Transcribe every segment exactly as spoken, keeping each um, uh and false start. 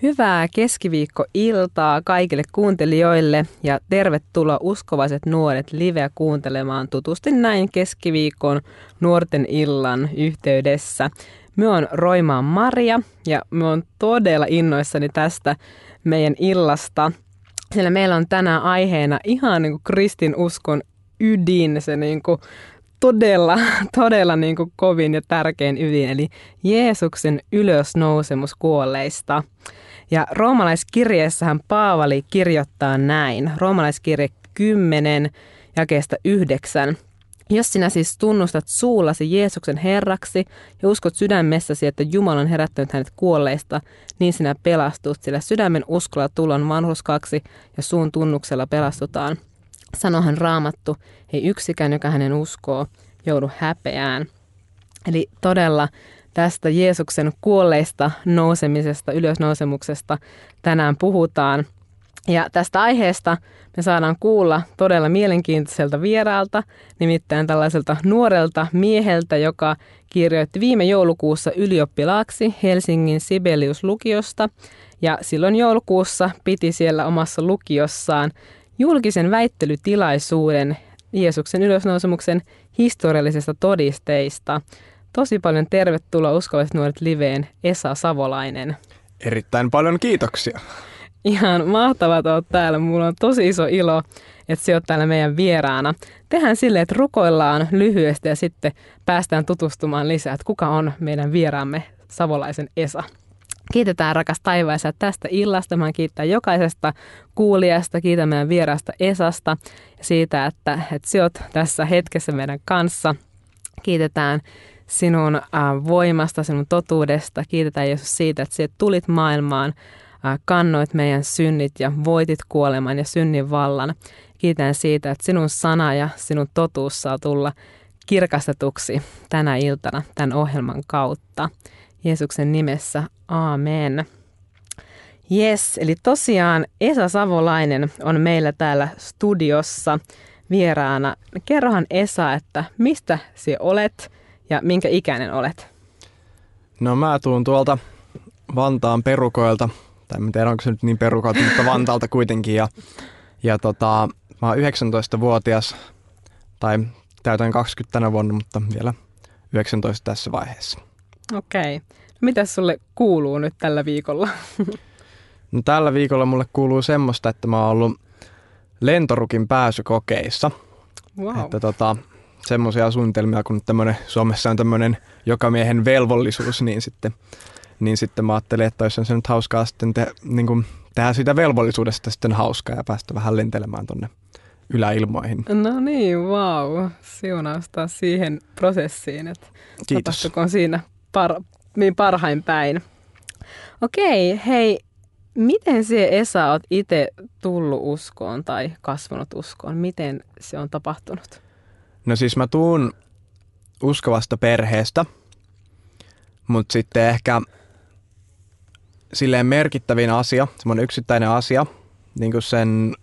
Hyvää keskiviikkoiltaa kaikille kuuntelijoille ja tervetuloa Uskovaiset nuoret liveä kuuntelemaan tutusti näin keskiviikon nuorten illan yhteydessä. Mä oon Roimaan Maria ja mä oon todella innoissani tästä meidän illasta, sillä meillä on tänään aiheena ihan niin kuin kristinuskon ydin, se niin kuin todella, todella niin kuin kovin ja tärkein ydin, eli Jeesuksen ylösnousemus kuolleista. Ja roomalaiskirjeessähän Paavali kirjoittaa näin, roomalaiskirje kymmenen jakeesta yhdeksän. Jos sinä siis tunnustat suullasi Jeesuksen Herraksi ja uskot sydämessäsi, että Jumala on herättänyt hänet kuolleista, niin sinä pelastut, sillä sydämen uskolla tulon vanhurskaksi ja suun tunnuksella pelastutaan. Sanohan Raamattu, ei yksikään, joka hänen uskoo, joudu häpeään. Eli todella tästä Jeesuksen kuolleista nousemisesta, ylösnousemuksesta tänään puhutaan. Ja tästä aiheesta me saadaan kuulla todella mielenkiintoiselta vieraalta, nimittäin tällaiselta nuorelta mieheltä, joka kirjoitti viime joulukuussa ylioppilaaksi Helsingin Sibelius-lukiosta. Ja silloin joulukuussa piti siellä omassa lukiossaan julkisen väittelytilaisuuden Jeesuksen ylösnousemuksen historiallisista todisteista. Tosi paljon tervetuloa Uskovaiset nuoret liveen, Esa Savolainen. Erittäin paljon kiitoksia. Ihan mahtavaa, että olet täällä. Mulla on tosi iso ilo, että sinä olet täällä meidän vieraana. Tehdään silleen, että rukoillaan lyhyesti ja sitten päästään tutustumaan lisää, että kuka on meidän vieraamme Savolaisen Esa. Kiitetään rakas taivaisa tästä illasta. Mä kiittää jokaisesta kuulijasta, kiitän meidän vieraasta Esasta ja siitä, että, että sinä olet tässä hetkessä meidän kanssa. Kiitetään sinun äh, voimasta, sinun totuudesta. Kiitetään Jeesus siitä, että sinä tulit maailmaan, äh, kannoit meidän synnit ja voitit kuoleman ja synnin vallan. Kiitän siitä, että sinun sana ja sinun totuus saa tulla kirkastetuksi tänä iltana tämän ohjelman kautta. Jeesuksen nimessä, aamen. Jes, eli tosiaan Esa Savolainen on meillä täällä studiossa vieraana. Kerrohan Esa, että mistä sinä olet ja minkä ikäinen olet? No mä tuun tuolta Vantaan perukoilta, tai en tiedä onko se nyt niin perukoilta, mutta Vantaalta kuitenkin. Ja, ja tota, mä oon yhdeksäntoistavuotias, tai täytän kaksikymmentä tänä vuonna, mutta vielä yhdeksäntoista tässä vaiheessa. Okei. No, mitäs sulle kuuluu nyt tällä viikolla? No, tällä viikolla mulle kuuluu semmoista, että mä oon ollut lentorukin pääsykokeissa. Wow. Että tota, semmoisia suunnitelmia, kun tämmönen, Suomessa on tämmöinen jokamiehen velvollisuus, niin sitten, niin sitten mä ajattelin, että olisi se nyt hauskaa sitten te, niin kuin tehdä siitä velvollisuudesta sitten hauskaa ja päästä vähän lentelemään tonne yläilmoihin. No niin, wow. Siunausta siihen prosessiin, että tapahtukoon siinä par, niin parhain päin. Okei, hei, miten sinä Esa olet itse tullut uskoon tai kasvanut uskoon? Miten se on tapahtunut? No siis mä tuun uskovasta perheestä, mutta sitten ehkä silleen merkittävin asia, semmoinen yksittäinen asia, niin kuin sen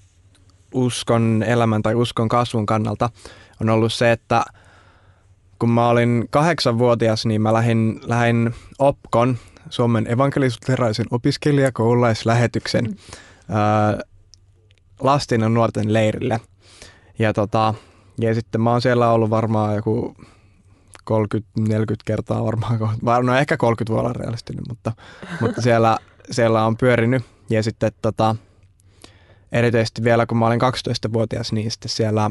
uskon elämän tai uskon kasvun kannalta on ollut se, että kun mä olin kahdeksanvuotias, niin mä lähdin, lähdin OPKon, Suomen evankelis-luterilaisen opiskelijakoululaislähetyksen mm. ää, lasten ja nuorten leirille. Ja, tota, ja sitten mä oon siellä ollut varmaan joku kolmekymmentä neljäkymmentä kertaa varmaan, no ehkä kolmekymmentä voi olla realistinen, mutta, mutta siellä, siellä on pyörinyt. Ja sitten tota, erityisesti vielä kun mä olin kaksitoistavuotias, niin sitten siellä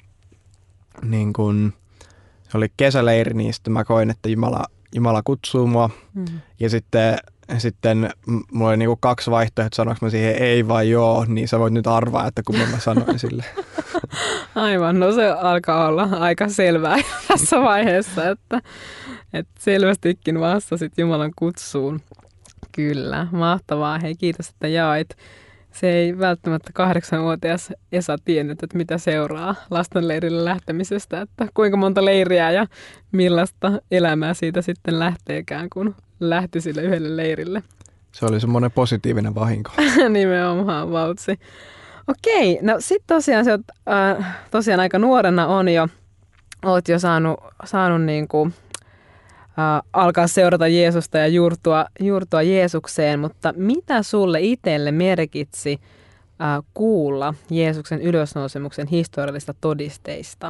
niin kun, se oli kesäleiri, niin sitten mä koin, että Jumala, Jumala kutsuu mua. Mm. Ja sitten, sitten mulla oli niinku kaksi vaihtoehtoa, sanoinko mä siihen ei vai joo, niin sä voit nyt arvaa, että kun mä sanoin sille. Aivan, no se alkaa olla aika selvää tässä vaiheessa, että, että selvästikin vastasit Jumalan kutsuun. Kyllä, mahtavaa. Hei, kiitos, että jaoit. Se ei välttämättä kahdeksanvuotias Esa tiennyt, että mitä seuraa lastenleirille lähtemisestä, että kuinka monta leiriä ja millaista elämää siitä sitten lähteekään, kun lähti sille yhdelle leirille. Se oli semmoinen positiivinen vahinko. Nimenomaan, vautsi. Okei, no sitten tosiaan se, äh, tosiaan aika nuorena on jo, oot jo saanut, saanut niinku, alkaa seurata Jeesusta ja juurtua, juurtua Jeesukseen, mutta mitä sulle itselle merkitsi äh, kuulla Jeesuksen ylösnousemuksen historiallisista todisteista?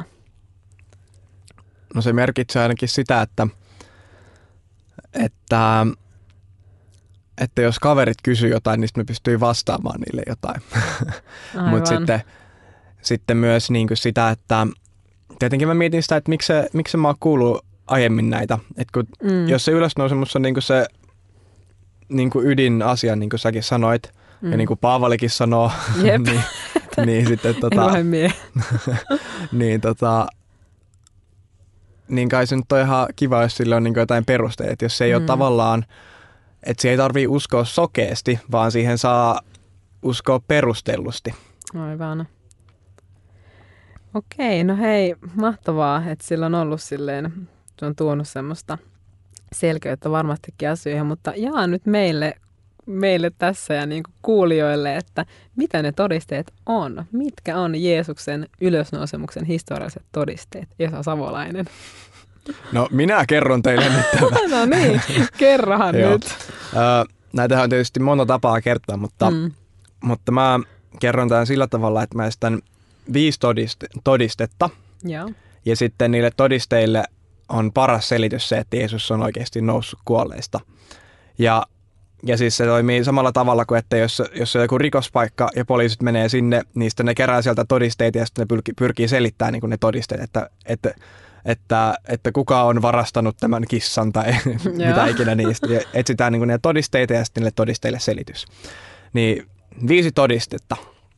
No se merkitsee ainakin sitä, että, että, että jos kaverit kysyy jotain, niin sitten me pystyy vastaamaan niille jotain. Mutta sitten, sitten myös niin kuin sitä, että tietenkin mä mietin sitä, että miksi, miksi mä oon kuullut aiemmin näitä. Että kun, mm. jos se ylösnousemus on niin kuin se niin kuin ydinasia, niin kuin säkin sanoit, mm. ja niin kuin Paavalikin sanoo, niin, niin sitten tota, niin tota, niin kai se nyt on ihan kiva, jos sillä on niin kuin jotain perusteita. Että jos se ei mm. ole tavallaan, että siihen ei tarvitse uskoa sokeasti, vaan siihen saa uskoa perustellusti. Aivan. Okei, no hei, mahtavaa, että sillä on ollut silleen, se on tuonut semmoista selkeyttä varmastikin asioihin, mutta jaa nyt meille, meille tässä ja niin kuin kuulijoille, että mitä ne todisteet on, mitkä on Jeesuksen ylösnousemuksen historialliset todisteet, Esa Savolainen. No minä kerron teille nyt tämän. No niin, kerrohan nyt. Ö, näitähän on tietysti monta tapaa kertoa, mutta, mm. mutta mä kerron tämän sillä tavalla, että mä esitän viisi todiste- todistetta. Ja. ja sitten niille todisteille on paras selitys se, että Jeesus on oikeasti noussut kuolleista. Ja, ja siis se toimii samalla tavalla kuin, että jos, jos on joku rikospaikka ja poliisit menee sinne, niin sitten ne kerää sieltä todisteita ja sitten ne pyrkii, pyrkii selittämään niin kuin ne todisteet, että, että, että, että kuka on varastanut tämän kissan tai mitä ikinä niistä. Ja etsitään niin kuin ne todisteita ja sitten niille todisteille selitys. Niin viisi todistetta.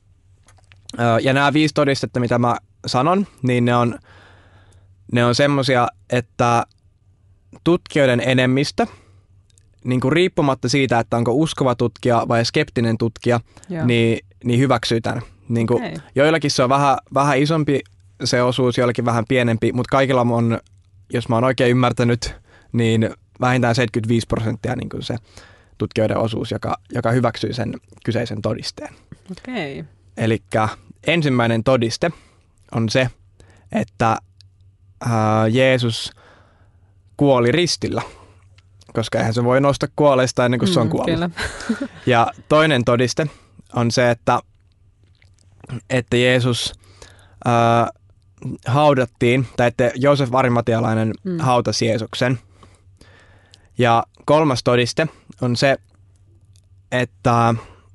Ja nämä viisi todistetta, mitä mä sanon, niin ne on, ne on semmoisia, että tutkijoiden enemmistö, niin kuin riippumatta siitä, että onko uskova tutkija vai skeptinen tutkija, niin, niin hyväksyy tämän. Niin kuin okay. Joillakin se on vähän, vähän isompi se osuus, joillakin vähän pienempi, mutta kaikilla on, jos mä oon oikein ymmärtänyt, niin vähintään seitsemänkymmentäviisi prosenttia niin kuin se tutkijoiden osuus, joka, joka hyväksyy sen kyseisen todisteen. Okei. Okay. Elikkä ensimmäinen todiste on se, että ää, Jeesus kuoli ristillä, koska eihän se voi nousta kuolleista ennen kuin mm, se on kuollut. Kyllä. Ja toinen todiste on se, että, että Jeesus ää, haudattiin, tai että Joosef Arimatialainen mm. hautasi Jeesuksen. Ja kolmas todiste on se, että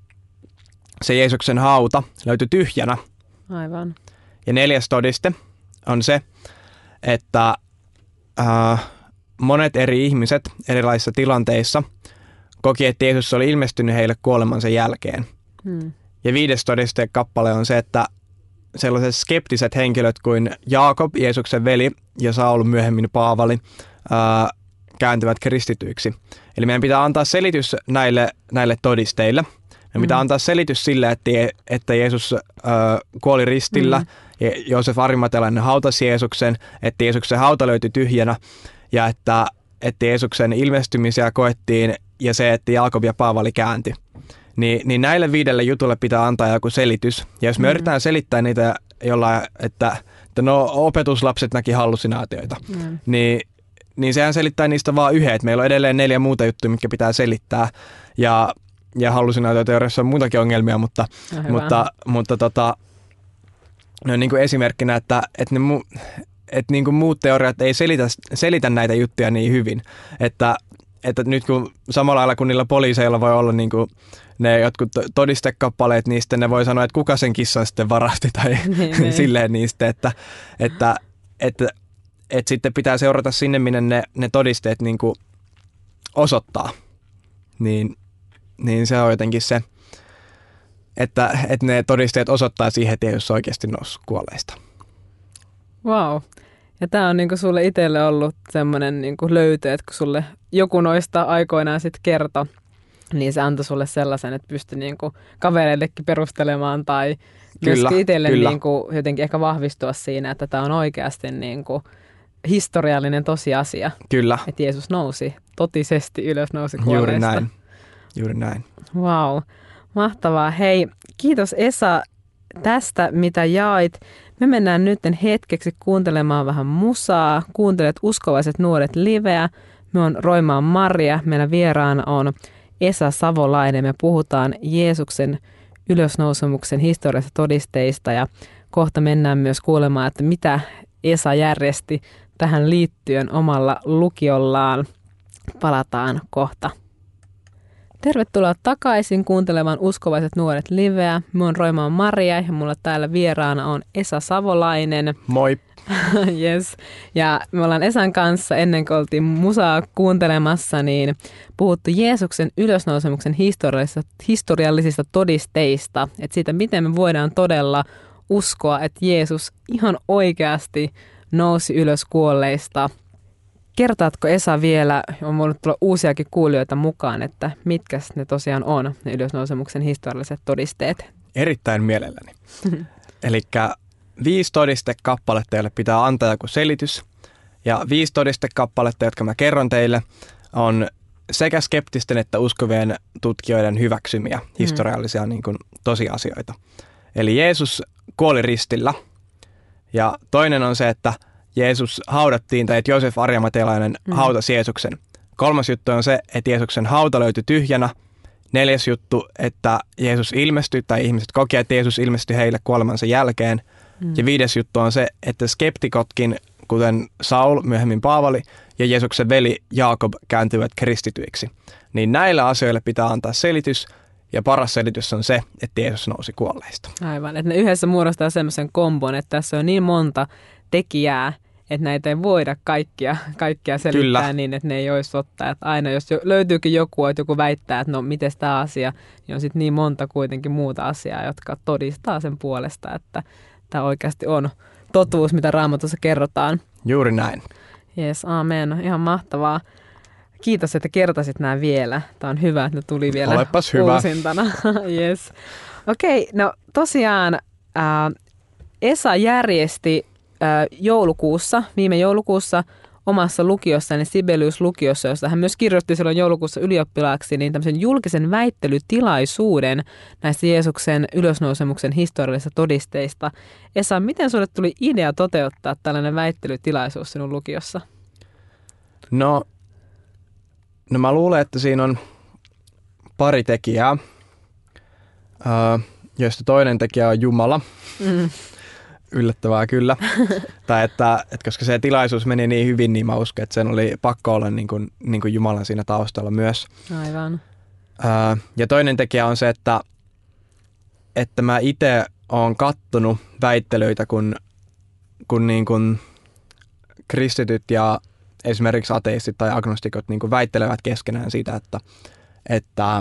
se Jeesuksen hauta löytyi tyhjänä. Aivan. Ja neljäs todiste on se, että äh, monet eri ihmiset erilaisissa tilanteissa koki, että Jeesus oli ilmestynyt heille kuolemansa jälkeen. Hmm. Ja viides todiste kappale on se, että sellaiset skeptiset henkilöt kuin Jaakob, Jeesuksen veli, ja Saul myöhemmin Paavali äh, kääntyvät kristityiksi. Eli meidän pitää antaa selitys näille, näille todisteille. Ja mitä antaa selitys sille, että, että Jeesus äh, kuoli ristillä, mm. ja Joosef Arimatialainen hautasi Jeesuksen, että Jeesuksen hauta löytyi tyhjänä, ja että, että Jeesuksen ilmestymisiä koettiin, ja se, että Jaakob ja Paavali kääntyi. Ni, niin näille viidelle jutulle pitää antaa joku selitys. Ja jos me mm. yritetään selittää niitä jollain, että, että no opetuslapset näki hallusinaatioita, mm. niin, niin sehän selittää niistä vaan yhden. Meillä on edelleen neljä muuta juttuja, mitkä pitää selittää, ja Ja hallusinaatioteoriassa on muutakin ongelmia, mutta, mutta, mutta tota, no niin kuin esimerkkinä, että, että, ne mu, että niin kuin muut teoriat ei selitä, selitä näitä juttuja niin hyvin. Että, että nyt kun samalla lailla kuin niillä poliiseilla voi olla niin kuin ne jotkut todistekappaleet, niin sitten ne voi sanoa, että kuka sen kissan sitten varasti tai niin, silleen niistä, että, että, että, että, että sitten pitää seurata sinne, minne ne, ne todisteet niin kuin osoittaa. Niin Niin se on jotenkin se, että, että ne todisteet osoittaa siihen, että Jeesus on oikeasti noussut kuolleista. Vau. Wow. Ja tämä on niinku sulle itselle ollut semmoinen niinku löytö, että kun sulle joku noista aikoinaan sitten kertoi, niin se antoi sulle sellaisen, että pystyi niinku kavereillekin perustelemaan tai myöskin itselle niinku jotenkin ehkä vahvistua siinä, että tämä on oikeasti niinku historiallinen tosiasia. Kyllä. Että Jeesus nousi totisesti ylös, nousi kuolleista. Juuri näin. Juuri näin. Vau, wow. Mahtavaa. Hei, kiitos Esa tästä, mitä jaait. Me mennään nyt hetkeksi kuuntelemaan vähän musaa. Kuuntelet Uskovaiset nuoret liveä. Me on Roimaan Maria, meillä vieraana on Esa Savolainen. Me puhutaan Jeesuksen ylösnousemuksen historiallisista todisteista ja kohta mennään myös kuulemaan, että mitä Esa järjesti tähän liittyen omalla lukiollaan. Palataan kohta. Tervetuloa takaisin kuuntelemaan Uskovaiset nuoret liveä. Mä oon Roimaan Maria ja mulla täällä vieraana on Esa Savolainen. Moi! Yes. Ja me ollaan Esan kanssa ennen kuin oltiin musaa kuuntelemassa, niin puhuttu Jeesuksen ylösnousemuksen historiallisista, historiallisista todisteista. Että siitä, miten me voidaan todella uskoa, että Jeesus ihan oikeasti nousi ylös kuolleista. Kertaatko Esa vielä, on voinut tulla uusiakin kuulijoita mukaan, että mitkä ne tosiaan on, ne ylösnousemuksen historialliset todisteet? Erittäin mielelläni. Elikkä viisi todistekappaletta, joille pitää antaa joku selitys. Ja viisi todistekappaletta, jotka mä kerron teille, on sekä skeptisten että uskovien tutkijoiden hyväksymiä historiallisia niin kuin, tosiasioita. Eli Jeesus kuoli ristillä. Ja toinen on se, että Jeesus haudattiin, tai että Joosef Arimatealainen mm. hautasi Jeesuksen. Kolmas juttu on se, että Jeesuksen hauta löytyi tyhjänä. Neljäs juttu, että Jeesus ilmestyi, tai ihmiset koki, että Jeesus ilmestyi heille kuolemansa jälkeen. Mm. Ja viides juttu on se, että skeptikotkin, kuten Saul, myöhemmin Paavali, ja Jeesuksen veli Jaakob kääntyivät kristityiksi. Niin näillä asioilla pitää antaa selitys, ja paras selitys on se, että Jeesus nousi kuolleista. Aivan, että ne yhdessä muodostaa semmoisen kombon, että tässä on niin monta tekijää, että näitä ei voida kaikkia, kaikkia selittää Kyllä. niin, että ne ei olisi totta. Että aina jos löytyykin joku, että joku väittää, että no miten tämä asia, niin on sitten niin monta kuitenkin muuta asiaa, jotka todistaa sen puolesta, että tämä oikeasti on totuus, mitä Raamatussa kerrotaan. Juuri näin. Jes, amen. Ihan mahtavaa. Kiitos, että kertasit nämä vielä. Tämä on hyvä, että ne tuli vielä Olepas hyvä. uusintana. Yes. Okei, okay, no tosiaan ää, Esa järjesti ää, joulukuussa, viime joulukuussa omassa lukiossani Sibelius-lukiossa, jossa hän myös kirjoitti silloin joulukuussa ylioppilaaksi, niin tämmöisen julkisen väittelytilaisuuden näistä Jeesuksen ylösnousemuksen historiallisista todisteista. Esa, miten sinulle tuli idea toteuttaa tällainen väittelytilaisuus sinun lukiossa? No, no mä luulen, että siinä on pari tekijää, joista toinen tekijä on Jumala. Mm. Yllättävää kyllä. tai että, että koska se tilaisuus meni niin hyvin, niin mä uskon, että sen oli pakko olla niin kuin, niin kuin Jumalan siinä taustalla myös. Aivan. Ää, ja toinen tekijä on se, että, että mä itse oon kattonut väittelyitä, kun, kun, niin kuin kristityt ja esimerkiksi ateistit tai agnostikot niin kuin väittelevät keskenään siitä, että, että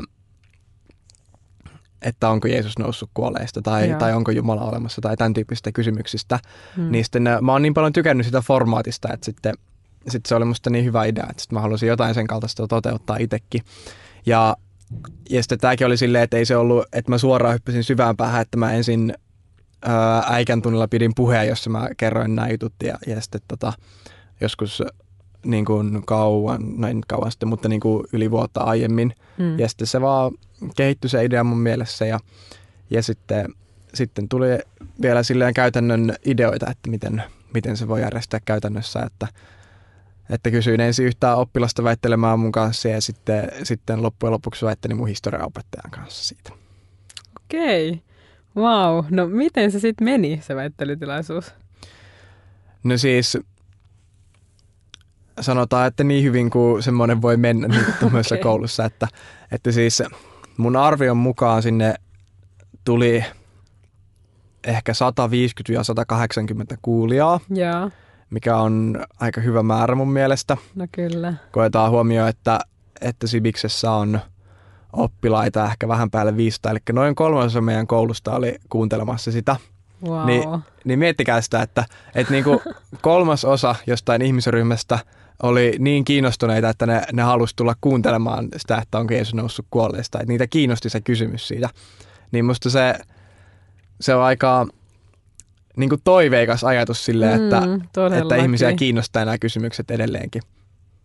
että onko Jeesus noussut kuolleista tai, tai onko Jumala olemassa tai tämän tyyppisistä kysymyksistä. Hmm. Niin sitten mä oon niin paljon tykännyt sitä formaatista, että sitten, sitten se oli musta niin hyvä idea, että sitten mä halusin jotain sen kaltaista toteuttaa itsekin. Ja, ja sitten tämäkin oli silleen, että ei se ollut, että mä suoraan hyppäsin syvään päähän, että mä ensin ää, äikän tunnilla pidin puheen, jossa mä kerroin nämä jutut ja, ja sitten tota, joskus niin kuin kauan, noin kauan sitten, mutta niin kuin yli vuotta aiemmin. Mm. Ja sitten se vaan kehittyi se idea mun mielessä ja, ja sitten, sitten tuli vielä silleen käytännön ideoita, että miten, miten se voi järjestää käytännössä, että, että kysyin ensin yhtään oppilasta väittelemään mun kanssa ja sitten, sitten loppujen lopuksi väittelin mun historiaopettajan kanssa siitä. Okei, vau. No miten se sitten meni se väittelytilaisuus? No siis sanotaan, että niin hyvin kuin semmoinen voi mennä niin tuommoisessa okay. koulussa, että, että siis mun arvion mukaan sinne tuli ehkä sata viisikymmentä sata kahdeksankymmentä kuulijaa, Jaa. mikä on aika hyvä määrä mun mielestä. No kyllä. Koetaan huomioon, että, että Sibiksessä on oppilaita ehkä vähän päälle viisisataa, eli noin kolmasosa meidän koulusta oli kuuntelemassa sitä. Wow. Niin, niin miettikää sitä, että, että niin kuin kolmas osa jostain ihmisryhmästä oli niin kiinnostuneita, että ne, ne halusi tulla kuuntelemaan sitä, että onko Jeesus noussut kuolleista. Että niitä kiinnosti se kysymys siitä. Niin musta se, se on aika niin kuin toiveikas ajatus silleen, että, mm, että ihmisiä kiinnostaa nämä kysymykset edelleenkin.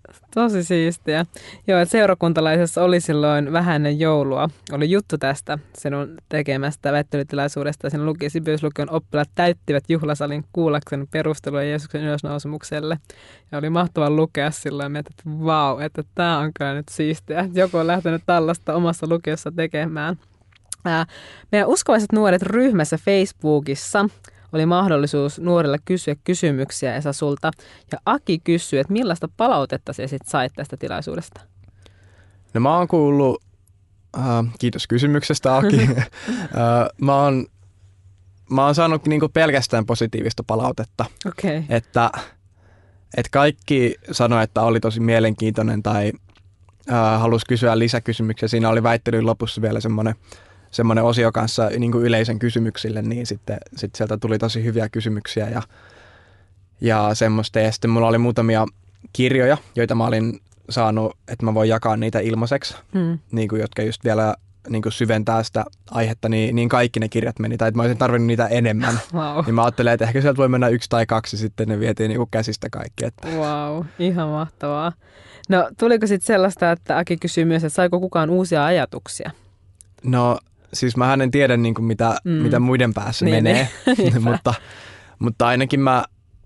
Tosi siistiä. Joo, että seurakuntalaisessa oli silloin vähän ennen joulua. Oli juttu tästä sinun tekemästä väittelytilaisuudesta. Siinä luki Sibeliuslukion oppilaat täyttivät juhlasalin kuullakseen perusteluja Jeesuksen ylösnousumukselle. Ja oli mahtava lukea silloin, että vau, wow, että tämä on kyllä nyt siistiä. Joku on lähtenyt tällaista omassa lukiossa tekemään. Ää, meidän uskovaiset nuoret ryhmässä Facebookissa oli mahdollisuus nuorille kysyä kysymyksiä Esa sulta. Ja Aki kysyi, että millaista palautetta sinä sit sait tästä tilaisuudesta? No mä oon kuullut, äh, kiitos kysymyksestä Aki, äh, mä, oon, mä oon saanut niinku pelkästään positiivista palautetta. Okay. Että, että kaikki sanoi, että oli tosi mielenkiintoinen tai äh, halusi kysyä lisäkysymyksiä. Siinä oli väittelyn lopussa vielä semmoinen semmoinen osio kanssa niin kuin yleisön kysymyksille, niin sitten, sitten sieltä tuli tosi hyviä kysymyksiä ja, ja semmoista. Ja sitten mulla oli muutamia kirjoja, joita mä olin saanut, että mä voin jakaa niitä ilmaiseksi, hmm. niin kuin, jotka just vielä niin kuin syventää sitä aihetta, niin, niin kaikki ne kirjat meni. Tai että mä olisin tarvinnut niitä enemmän. Wow. Niin mä ajattelin, että ehkä sieltä voi mennä yksi tai kaksi, sitten ne vietiin niin kuin käsistä kaikki. Että. Wow, ihan mahtavaa. No tuliko sitten sellaista, että Aki kysyi myös, että saiko kukaan uusia ajatuksia? No siis mä en tiedä niin kuin mitä, mm. mitä muiden päässä niin, menee, niin. mutta, mutta ainakin mä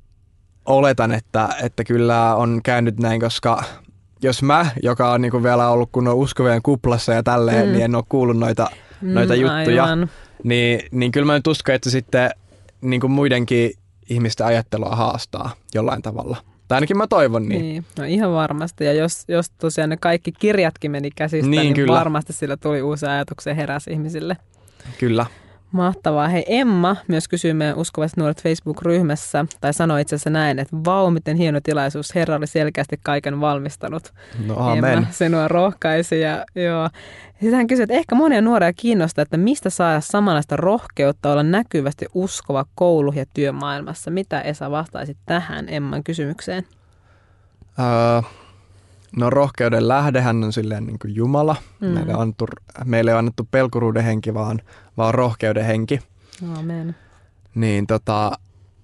oletan, että, että kyllä on käynyt näin, koska jos mä, joka on niin kuin vielä ollut kun on uskovien kuplassa ja tälleen, mm. niin en ole kuullut noita, mm, noita juttuja, niin, niin kyllä mä nyt uskon, että sitten niin kuin muidenkin ihmisten ajattelua haastaa jollain tavalla. Tai ainakin mä toivon niin. Niin, no ihan varmasti. Ja jos, jos tosiaan ne kaikki kirjatkin meni käsistä, niin, niin varmasti sillä tuli uusia ajatuksia heräsi ihmisille. Kyllä. Mahtavaa. Hei, Emma myös kysyi meidän uskovaiset nuoret Facebook-ryhmässä, tai sanoi itse asiassa näin, että vau, miten hieno tilaisuus. Herra oli selkeästi kaiken valmistanut. No amen. Emma sinua rohkaisi. Ja, joo. Sitten hän kysyi, että ehkä monia nuoria kiinnostaa, että mistä saada samanlaista rohkeutta olla näkyvästi uskova koulu- ja työmaailmassa. Mitä Esa vastaisit tähän Emman kysymykseen? Öö, no rohkeuden lähdehän on silleen niin kuin Jumala. Mm. Meille, on annettu, meille ei ole annettu pelkuruuden henki, vaan, vaan rohkeuden henki. Amen. Niin tota,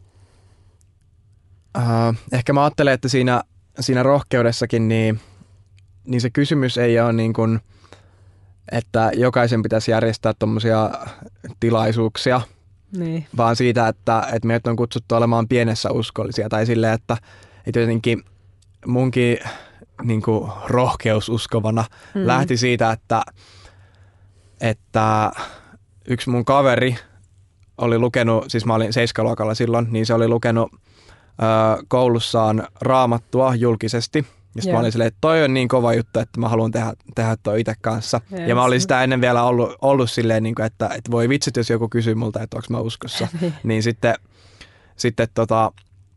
öö, ehkä mä ajattelen, että siinä, siinä rohkeudessakin niin, niin se kysymys ei ole niin kuin, että jokaisen pitäisi järjestää tuommoisia tilaisuuksia, niin. vaan siitä, että, että meidät on kutsuttu olemaan pienessä uskollisia. Tai silleen, että, että jotenkin munkin niin kuin rohkeus uskovana mm. lähti siitä, että, että yksi mun kaveri oli lukenut, siis mä olin seiskaluokalla silloin, niin se oli lukenut ö, koulussaan Raamattua julkisesti. Ja sitten mä olin silleen, että toi on niin kova juttu, että mä haluan tehdä, tehdä toi itse kanssa. Yes. Ja mä olin sitä ennen vielä ollut, ollut silleen, että, että voi vitsit, jos joku kysyy multa, että onko mä uskossa. niin sitten, sitten, tota,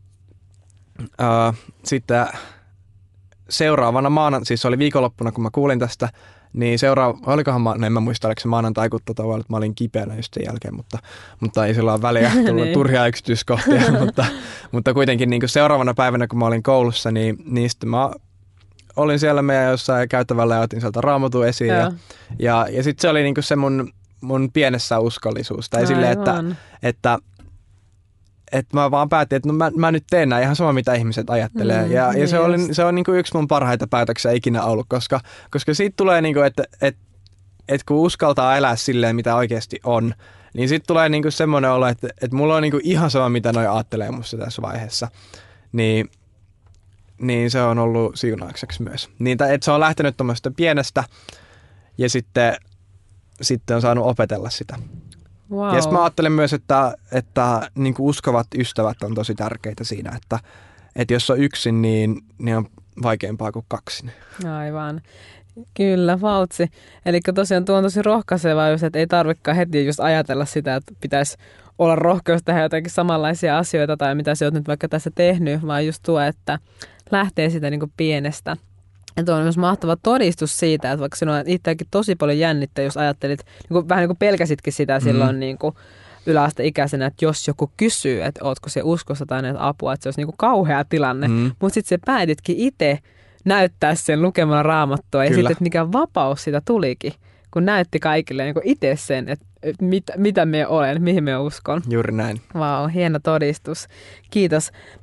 ää, sitten seuraavana maanantaina, siis se oli viikonloppuna, kun mä kuulin tästä, niin seuraava, olikohan mä, no en mä muista, oliko se maanantai, kun tota, että mä olin kipeänä just sen jälkeen, mutta, mutta ei sillä ole väliä, tullut turhia yksityiskohtia, mutta, mutta kuitenkin niin kuin seuraavana päivänä, kun mä olin koulussa, niin, niin sitten mä olin siellä meidän jossain käytävällä ja otin sieltä Raamatun esiin ja, ja, ja sitten se oli niin kuin se mun, mun pienessä uskollisuus, tai silleen, että, että että mä vaan päätin, että no mä, mä nyt teen näin ihan sama, mitä ihmiset ajattelee. Mm, ja ja se, oli, se on niin kuin yksi mun parhaita päätöksiä ikinä ollut, koska, koska siitä tulee, niin kuin, että, että, että kun uskaltaa elää silleen, mitä oikeasti on, niin sitten tulee niin kuin semmoinen olo, että, että mulla on niin kuin ihan sama, mitä noi ajattelee musta tässä vaiheessa. Niin, niin se on ollut siunaukseksi myös. Niin, että se on lähtenyt tuommoista pienestä ja sitten, sitten on saanut opetella sitä. Wow. Ja sitten mä ajattelen myös, että, että niin kuin uskovat ystävät on tosi tärkeitä siinä, että, että jos on yksin, niin, niin on vaikeampaa kuin kaksin. Aivan. Kyllä, vautsi. Eli tosiaan tuo on tosi rohkaisevaa, jos et ei tarvitsekaan heti just ajatella sitä, että pitäisi olla rohkeus tehdä jotakin samanlaisia asioita tai mitä sä oot nyt vaikka tässä tehnyt, vaan just tuo, että lähtee sitä niin kuin pienestä. Ja tuo on myös mahtava todistus siitä, että vaikka sinua on itseäkin tosi paljon jännittää, jos ajattelit, niin kuin, vähän niin kuin pelkäsitkin sitä mm. silloin niin kuin yläasteikäisenä, että jos joku kysyy, että ootko se uskossa tai näitä apua, että se olisi niin kuin kauhea tilanne. Mm. Mutta sitten se päätitkin itse näyttää sen lukemalla Raamattua ja sitten, että mikä vapaus siitä tulikin, kun näytti kaikille niin kuin itse sen, että mit, mitä me olen, mihin me uskon. Juuri näin. Vau, wow, hieno todistus. Kiitos. No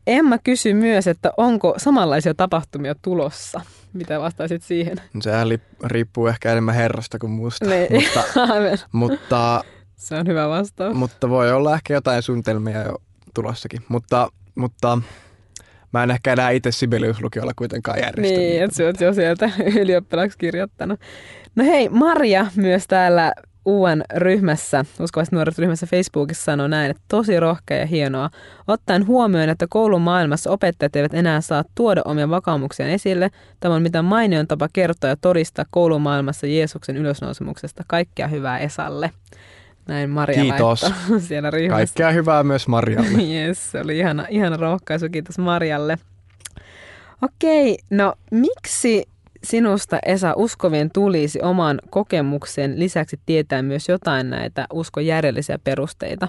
Emma kysyi myös, että onko samanlaisia tapahtumia tulossa. Mitä vastaisit siihen? Sehän riippuu ehkä enemmän herrasta kuin muusta, Ne. mutta, mutta, se on hyvä vastaus. mutta voi olla ehkä jotain suunnitelmia jo tulossakin. Mutta, mutta mä en ehkä enää itse Sibelius-lukiolla kuitenkaan järjestänyt. Niin, että sä oot jo sieltä ylioppilaaksi kirjoittanut. No hei, Maria myös täällä U N-ryhmässä, uskovaiset nuoret ryhmässä Facebookissa sanoo näin, että tosi rohkea ja hienoa. Ottaen huomioon, että koulun maailmassa opettajat eivät enää saa tuoda omia vakaumuksiaan esille. Tämä on mitä mainion tapa kertoa ja todistaa koulun maailmassa Jeesuksen ylösnousemuksesta. Kaikkea hyvää Esalle. Näin Maria Kiitos. laittoi siellä ryhmässä. Kaikkea hyvää myös Marjalle. Jes, se oli ihana, ihana rohkaisu. Kiitos Marjalle. Okei, no miksi sinusta, Esa, uskovien tulisi oman kokemuksen lisäksi tietää myös jotain näitä uskon järjellisiä perusteita?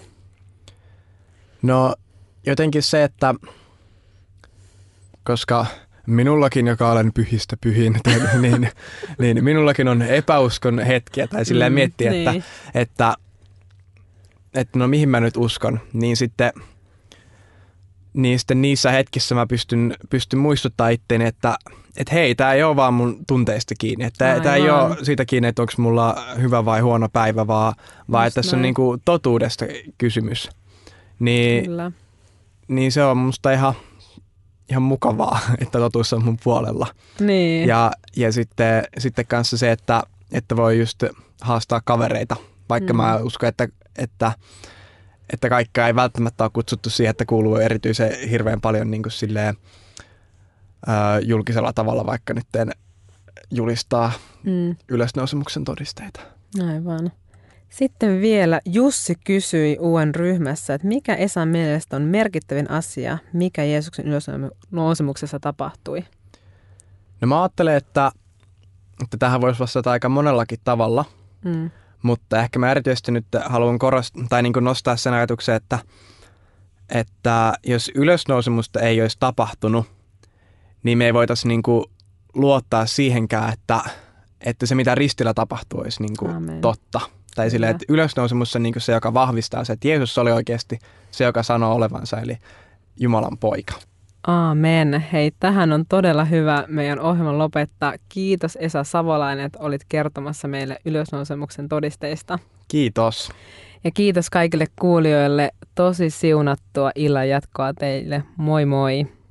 No jotenkin se, että koska minullakin, joka olen pyhistä pyhin, niin, niin minullakin on epäuskon hetkiä tai silleen mm, miettiä, niin. että, että, että no mihin mä nyt uskon, niin sitten, niin sitten niissä hetkissä mä pystyn, pystyn muistuttaa itteeni, että että hei, tää ei ole vaan mun tunteista kiinni. Että tää ei ole siitä kiinni, että onko mulla hyvä vai huono päivä, vaan, vaan että tässä on niinku totuudesta kysymys. Niin, niin se on musta ihan, ihan mukavaa, että totuus on mun puolella. Niin. Ja, ja sitten, sitten kanssa se, että, että voi just haastaa kavereita, vaikka mm. mä uskon, että, että, että kaikkea ei välttämättä ole kutsuttu siihen, että kuuluu erityisen hirveän paljon niin kuin silleen, julkisella tavalla vaikka nyt julistaa mm. ylösnousemuksen todisteita. Aivan. Sitten vielä Jussi kysyi U N-ryhmässä, että mikä Esan mielestä on merkittävin asia, mikä Jeesuksen ylösnousemuksessa tapahtui? No mä ajattelen, että, että tähän voisi vastata aika monellakin tavalla, mm. mutta ehkä mä erityisesti nyt haluan korostaa tai niin kuin nostaa sen ajatuksen, että, että jos ylösnousemusta ei olisi tapahtunut, niin me ei voitaisiin niinku luottaa siihenkään, että, että se mitä ristillä tapahtuu olisi niinku totta. Tai silleen, että ylösnousemus on niinku se, joka vahvistaa se, että Jeesus oli oikeasti se, joka sanoo olevansa, eli Jumalan poika. Aamen. Hei, tähän on todella hyvä meidän ohjelman lopettaa. Kiitos Esa Savolainen, että olit kertomassa meille ylösnousemuksen todisteista. Kiitos. Ja kiitos kaikille kuulijoille. Tosi siunattua illan jatkoa teille. Moi moi.